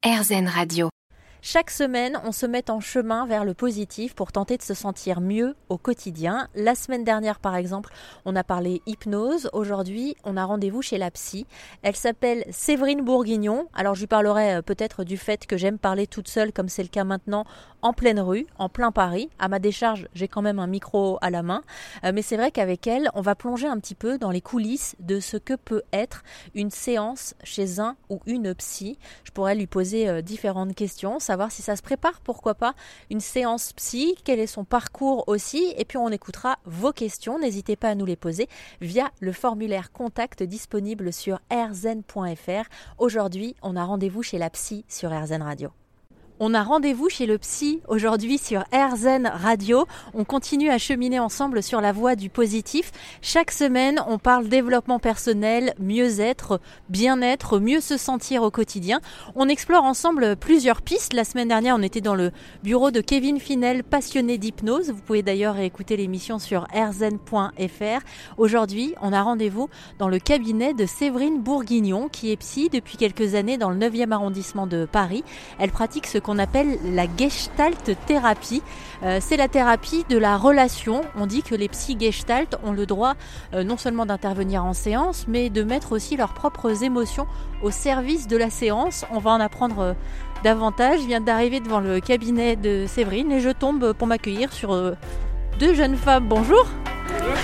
RZN Radio. Chaque semaine, on se met en chemin vers le positif pour tenter de se sentir mieux au quotidien. La semaine dernière, par exemple, on a parlé hypnose. Aujourd'hui, on a rendez-vous chez la psy. Elle s'appelle Séverine Bourguignon. Alors, je lui parlerai peut-être du fait que j'aime parler toute seule, comme c'est le cas maintenant, en pleine rue, en plein Paris. À ma décharge, j'ai quand même un micro à la main. Mais c'est vrai qu'avec elle, on va plonger un petit peu dans les coulisses de ce que peut être une séance chez un ou une psy. Je pourrais lui poser différentes questions, savoir si ça se prépare, pourquoi pas, une séance psy, quel est son parcours aussi, et puis on écoutera vos questions, n'hésitez pas à nous les poser via le formulaire contact disponible sur rzn.fr. Aujourd'hui, on a rendez-vous chez la psy sur RZN Radio. On a rendez-vous chez le psy aujourd'hui sur RZN Radio. On continue à cheminer ensemble sur la voie du positif. Chaque semaine, on parle développement personnel, mieux-être, bien-être, mieux se sentir au quotidien. On explore ensemble plusieurs pistes. La semaine dernière, on était dans le bureau de Kevin Finel, passionné d'hypnose. Vous pouvez d'ailleurs écouter l'émission sur rzn.fr. Aujourd'hui, on a rendez-vous dans le cabinet de Séverine Bourguignon, qui est psy depuis quelques années dans le 9e arrondissement de Paris. Elle pratique ce qu'on appelle la gestalt thérapie. C'est la thérapie de la relation. On dit que les psy gestalt ont le droit non seulement d'intervenir en séance, mais de mettre aussi leurs propres émotions au service de la séance. On va en apprendre davantage. Je viens d'arriver devant le cabinet de Séverine et je tombe pour m'accueillir sur deux jeunes femmes. Bonjour. Bonjour.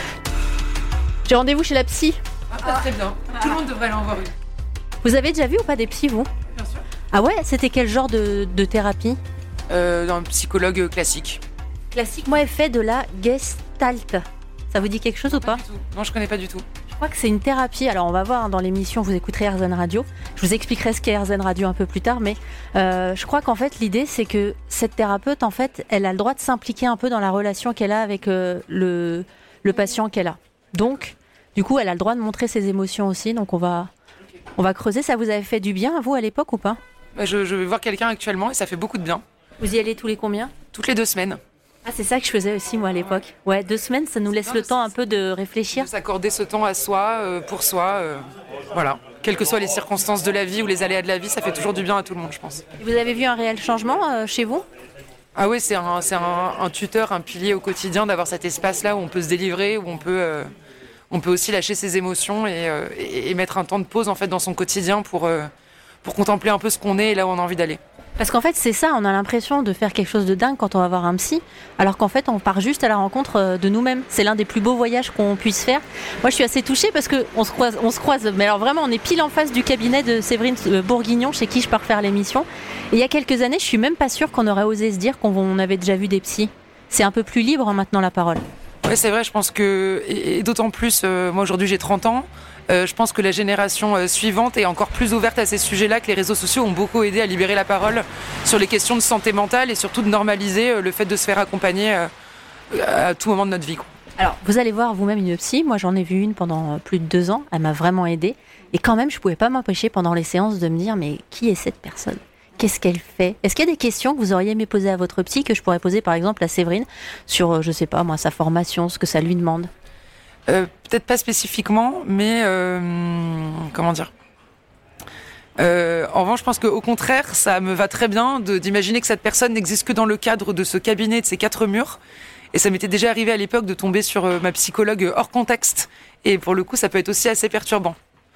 J'ai rendez-vous chez la psy. Très bien. Tout le monde devrait aller en voir une. Vous avez déjà vu ou pas des psys, vous ? Bien sûr. Ah ouais, c'était quel genre de thérapie ? Un psychologue classique. Classique, moi, elle fait de la gestalt. Ça vous dit quelque chose ou pas ? Du tout. Non, je connais pas du tout. Je crois que c'est une thérapie. Alors, on va voir dans l'émission, vous écouterez RZN Radio. Je vous expliquerai ce qu'est RZN Radio un peu plus tard, mais je crois qu'en fait, l'idée, c'est que cette thérapeute, en fait, elle a le droit de s'impliquer un peu dans la relation qu'elle a avec le patient qu'elle a. Donc, du coup, elle a le droit de montrer ses émotions aussi. Donc, on va creuser. Ça vous avait fait du bien, à vous, à l'époque, ou pas ? Je vais voir quelqu'un actuellement et ça fait beaucoup de bien. Vous y allez tous les combien ? Toutes les 2 semaines. Ah, c'est ça que je faisais aussi, moi, à l'époque. Ouais, 2 semaines, ça nous laisse le temps un peu de réfléchir. De s'accorder ce temps à soi, pour soi. Voilà. Quelles que soient les circonstances de la vie ou les aléas de la vie, ça fait toujours du bien à tout le monde, je pense. Vous avez vu un réel changement chez vous ? Ah oui, c'est un tuteur, un pilier au quotidien d'avoir cet espace-là où on peut se délivrer, où on peut aussi lâcher ses émotions et mettre un temps de pause en fait dans son quotidien pour contempler un peu ce qu'on est et là où on a envie d'aller. Parce qu'en fait, c'est ça, on a l'impression de faire quelque chose de dingue quand on va voir un psy, alors qu'en fait, on part juste à la rencontre de nous-mêmes. C'est l'un des plus beaux voyages qu'on puisse faire. Moi, je suis assez touchée parce qu'on se croise, mais alors vraiment, on est pile en face du cabinet de Séverine Bourguignon, chez qui je pars faire l'émission. Et il y a quelques années, je suis même pas sûre qu'on aurait osé se dire qu'on avait déjà vu des psys. C'est un peu plus libre maintenant, la parole. Oui, c'est vrai, je pense que, et d'autant plus, moi aujourd'hui j'ai 30 ans, je pense que la génération suivante est encore plus ouverte à ces sujets-là, que les réseaux sociaux ont beaucoup aidé à libérer la parole sur les questions de santé mentale et surtout de normaliser le fait de se faire accompagner à tout moment de notre vie. Alors, vous allez voir vous-même une psy, moi j'en ai vu une pendant plus de 2 ans, elle m'a vraiment aidée, et quand même je pouvais pas m'empêcher pendant les séances de me dire, mais qui est cette personne ? Qu'est-ce qu'elle fait ? Est-ce qu'il y a des questions que vous auriez aimé poser à votre psy que je pourrais poser par exemple à Séverine sur, je sais pas moi, sa formation, ce que ça lui demande ? Peut-être pas spécifiquement, mais comment dire ? En revanche, je pense qu'au contraire, ça me va très bien d'imaginer que cette personne n'existe que dans le cadre de ce cabinet, de ces 4 murs. Et ça m'était déjà arrivé à l'époque de tomber sur ma psychologue hors contexte. Et pour le coup, ça peut être aussi assez perturbant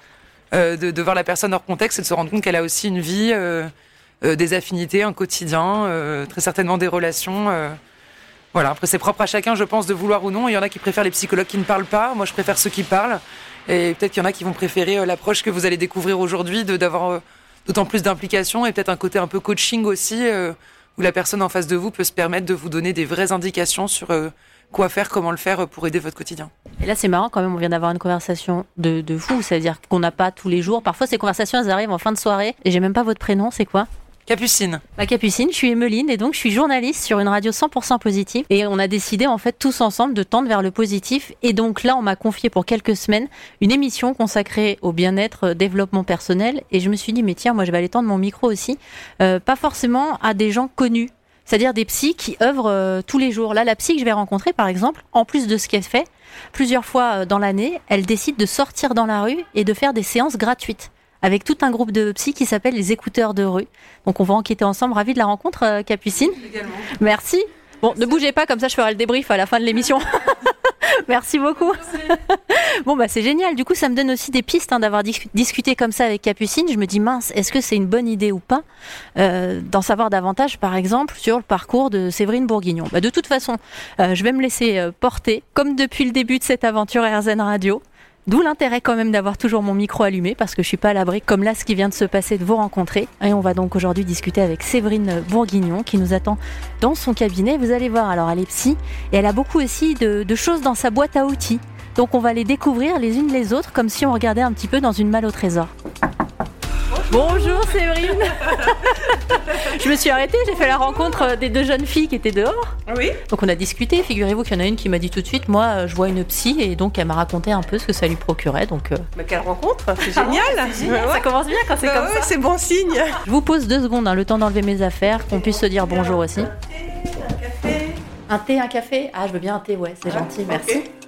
de voir la personne hors contexte et de se rendre compte qu'elle a aussi une vie, des affinités, un quotidien, très certainement des relations. Voilà, après c'est propre à chacun, je pense, de vouloir ou non. Il y en a qui préfèrent les psychologues qui ne parlent pas. Moi, je préfère ceux qui parlent. Et peut-être qu'il y en a qui vont préférer l'approche que vous allez découvrir aujourd'hui, d'avoir d'autant plus d'implication et peut-être un côté un peu coaching aussi, où la personne en face de vous peut se permettre de vous donner des vraies indications sur quoi faire, comment le faire pour aider votre quotidien. Et là, c'est marrant quand même, on vient d'avoir une conversation de fou. Ça veut dire qu'on n'a pas tous les jours. Parfois, ces conversations, elles arrivent en fin de soirée. Et j'ai même pas votre prénom, c'est quoi ? Capucine. Capucine, je suis Emeline et donc je suis journaliste sur une radio 100% positive et on a décidé en fait tous ensemble de tendre vers le positif et donc là on m'a confié pour quelques semaines une émission consacrée au bien-être, développement personnel et je me suis dit mais tiens moi je vais aller tendre mon micro aussi, pas forcément à des gens connus, c'est-à-dire des psys qui œuvrent tous les jours. Là la psy que je vais rencontrer par exemple, en plus de ce qu'elle fait, plusieurs fois dans l'année, elle décide de sortir dans la rue et de faire des séances gratuites avec tout un groupe de psy qui s'appelle les écouteurs de rue. Donc on va enquêter ensemble. Ravi de la rencontre, Capucine. Également. Merci. Bon, ne bougez pas, comme ça je ferai le débrief à la fin de l'émission. Merci beaucoup. Bon, c'est génial. Du coup, ça me donne aussi des pistes d'avoir discuté comme ça avec Capucine. Je me dis, mince, est-ce que c'est une bonne idée ou pas d'en savoir davantage, par exemple, sur le parcours de Séverine Bourguignon. De toute façon, je vais me laisser porter, comme depuis le début de cette aventure RZN Radio. D'où l'intérêt quand même d'avoir toujours mon micro allumé parce que je suis pas à l'abri, comme là ce qui vient de se passer, de vous rencontrer. Et on va donc aujourd'hui discuter avec Séverine Bourguignon qui nous attend dans son cabinet. Vous allez voir, alors elle est psy et elle a beaucoup aussi de choses dans sa boîte à outils. Donc on va les découvrir les unes les autres comme si on regardait un petit peu dans une malle au trésor. Bonjour Séverine. Je me suis arrêtée, j'ai fait la rencontre des deux jeunes filles qui étaient dehors. Oui. Donc on a discuté, figurez-vous qu'il y en a une qui m'a dit tout de suite, moi je vois une psy et donc elle m'a raconté un peu ce que ça lui procurait. Donc, Mais quelle rencontre, c'est génial. C'est génial. Ça commence bien quand c'est comme ça. C'est bon signe. Je vous pose 2 secondes, le temps d'enlever mes affaires, qu'on puisse se dire bonjour aussi. Un café. Un thé, un café? Ah je veux bien un thé, ouais, c'est gentil, merci. Okay.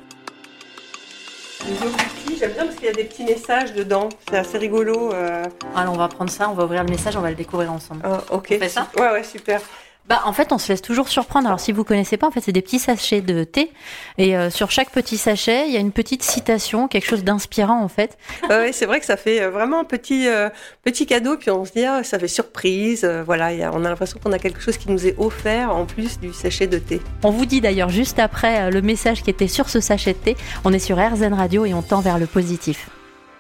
J'aime bien parce qu'il y a des petits messages dedans, c'est assez rigolo. Alors on va prendre ça, on va ouvrir le message, on va le découvrir ensemble. Ok. On fait ça? Ouais, super. En fait, on se laisse toujours surprendre. Alors, si vous connaissez pas, en fait, c'est des petits sachets de thé. Et sur chaque petit sachet, il y a une petite citation, quelque chose d'inspirant, en fait. Ouais, c'est vrai que ça fait vraiment un petit cadeau. Puis on se dit, ça fait surprise. Voilà, on a l'impression qu'on a quelque chose qui nous est offert en plus du sachet de thé. On vous dit d'ailleurs juste après le message qui était sur ce sachet de thé, on est sur RZN Radio et on tend vers le positif.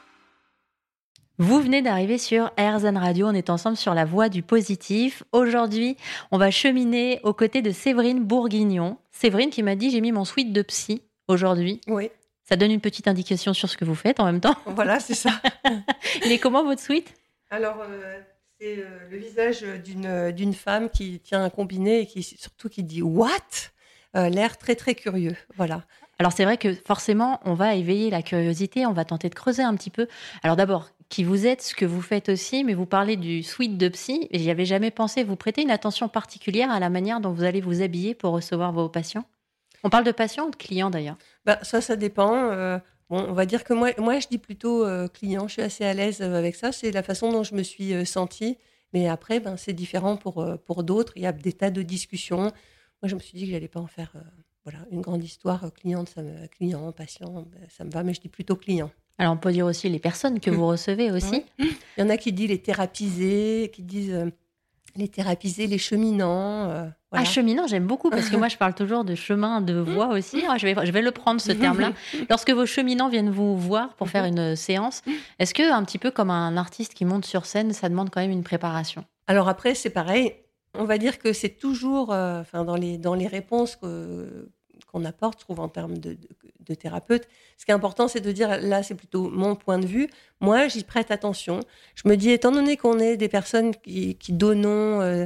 Vous venez d'arriver sur RZN Radio, on est ensemble sur la voie du positif. Aujourd'hui, on va cheminer aux côtés de Séverine Bourguignon. Séverine qui m'a dit, j'ai mis mon sweat de psy aujourd'hui. Oui. Ça donne une petite indication sur ce que vous faites en même temps. Voilà, c'est ça. Il est comment votre sweat? Alors, c'est le visage d'une femme qui tient un combiné et qui dit « What ?» l'air très très curieux, voilà. Alors c'est vrai que forcément, on va éveiller la curiosité, on va tenter de creuser un petit peu. Alors d'abord, qui vous êtes, ce que vous faites aussi, mais vous parlez du suite de psy, et j'y avais jamais pensé. Vous prêtez une attention particulière à la manière dont vous allez vous habiller pour recevoir vos patients? On parle de patients ou de clients d'ailleurs? Ça dépend. Bon, on va dire que moi je dis plutôt client, je suis assez à l'aise avec ça, c'est la façon dont je me suis sentie. Mais après, c'est différent pour d'autres, il y a des tas de discussions. Moi, je me suis dit que j'allais pas en faire une grande histoire. Client, patient, ça me va, mais je dis plutôt client. Alors, on peut dire aussi les personnes que vous recevez aussi. Ouais. Il y en a qui disent les thérapisés, qui disent les thérapisés, les cheminants. Voilà. Ah, cheminant, j'aime beaucoup parce que moi, je parle toujours de chemin, de voie aussi. Je vais le prendre, ce terme-là. Lorsque vos cheminants viennent vous voir pour faire une séance, est-ce que, un petit peu comme un artiste qui monte sur scène, ça demande quand même une préparation? Alors après, c'est pareil. On va dire que c'est toujours, dans les réponses qu'on apporte, je trouve, en termes de thérapeute, ce qui est important, c'est de dire, là, c'est plutôt mon point de vue. Moi, j'y prête attention. Je me dis, étant donné qu'on est des personnes qui donnons,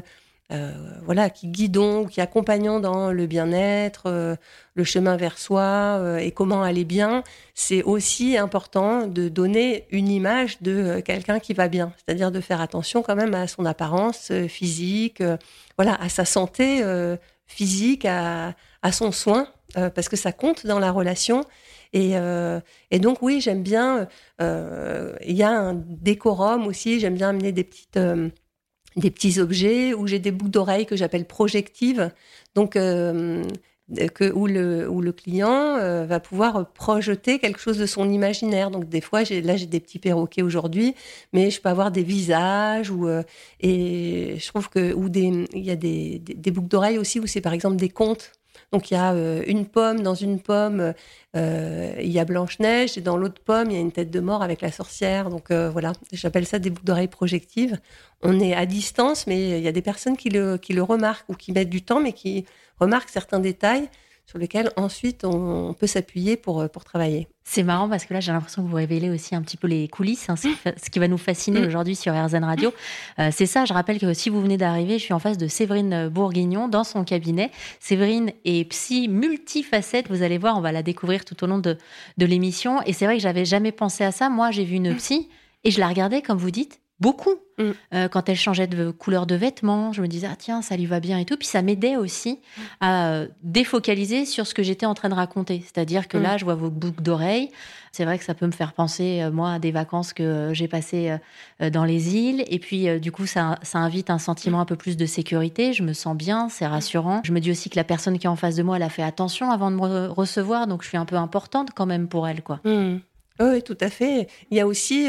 qui guidons, qui accompagnons dans le bien-être, le chemin vers soi et comment aller bien, c'est aussi important de donner une image de quelqu'un qui va bien. C'est-à-dire de faire attention quand même à son apparence physique, à sa santé physique, à son soin, parce que ça compte dans la relation. Et donc, oui, j'aime bien... Il y a un décorum aussi, j'aime bien amener des petits objets, où j'ai des boucles d'oreilles que j'appelle projectives, donc où le client va pouvoir projeter quelque chose de son imaginaire. Donc des fois, j'ai des petits perroquets aujourd'hui, mais je peux avoir des visages et je trouve que il y a des boucles d'oreilles aussi où c'est par exemple des contes. Donc il y a une pomme, dans une pomme, il y a Blanche-Neige, et dans l'autre pomme, il y a une tête de mort avec la sorcière. Donc j'appelle ça des boucles d'oreilles projectives. On est à distance, mais il y a des personnes qui le remarquent ou qui mettent du temps, mais qui remarquent certains détails sur lesquels ensuite on peut s'appuyer pour travailler. C'est marrant parce que là, j'ai l'impression que vous révélez aussi un petit peu les coulisses, ce qui va nous fasciner aujourd'hui sur RZN Radio. C'est ça, je rappelle que si vous venez d'arriver, je suis en face de Séverine Bourguignon dans son cabinet. Séverine est psy multifacette, vous allez voir, on va la découvrir tout au long de l'émission. Et c'est vrai que j'avais jamais pensé à ça. Moi, j'ai vu une psy et je la regardais, comme vous dites, beaucoup. Quand elle changeait de couleur de vêtements, je me disais, tiens, ça lui va bien et tout. Puis ça m'aidait aussi à défocaliser sur ce que j'étais en train de raconter. C'est-à-dire que là, je vois vos boucles d'oreilles. C'est vrai que ça peut me faire penser, moi, à des vacances que j'ai passées dans les îles. Et puis, du coup, ça invite un sentiment un peu plus de sécurité. Je me sens bien, c'est rassurant. Je me dis aussi que la personne qui est en face de moi, elle a fait attention avant de me recevoir. Donc, je suis un peu importante quand même pour elle, quoi. Oui, tout à fait. Il y a aussi,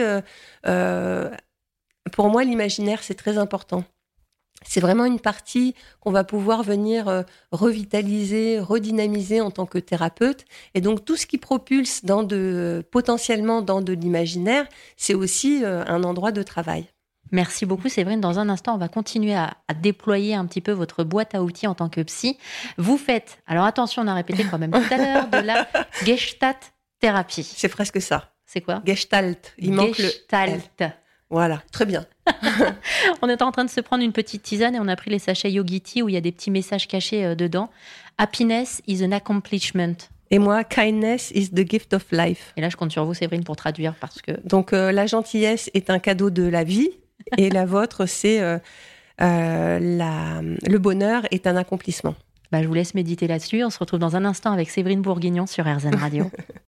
pour moi, l'imaginaire, c'est très important. C'est vraiment une partie qu'on va pouvoir venir revitaliser, redynamiser en tant que thérapeute. Et donc, tout ce qui propulse potentiellement dans de l'imaginaire, c'est aussi un endroit de travail. Merci beaucoup, Séverine. Dans un instant, on va continuer à déployer un petit peu votre boîte à outils en tant que psy. Vous faites, alors attention, on a répété quand même tout à l'heure, de la Gestalt-thérapie. C'est presque ça. C'est quoi ? Gestalt. Il manque le L. Voilà, très bien. On est en train de se prendre une petite tisane et on a pris les sachets Yogiti où il y a des petits messages cachés dedans. Happiness is an accomplishment. Et moi, kindness is the gift of life. Et là, je compte sur vous, Séverine, pour traduire parce que... Donc, la gentillesse est un cadeau de la vie et la vôtre, c'est le bonheur est un accomplissement. Je vous laisse méditer là-dessus. On se retrouve dans un instant avec Séverine Bourguignon sur RZN Radio.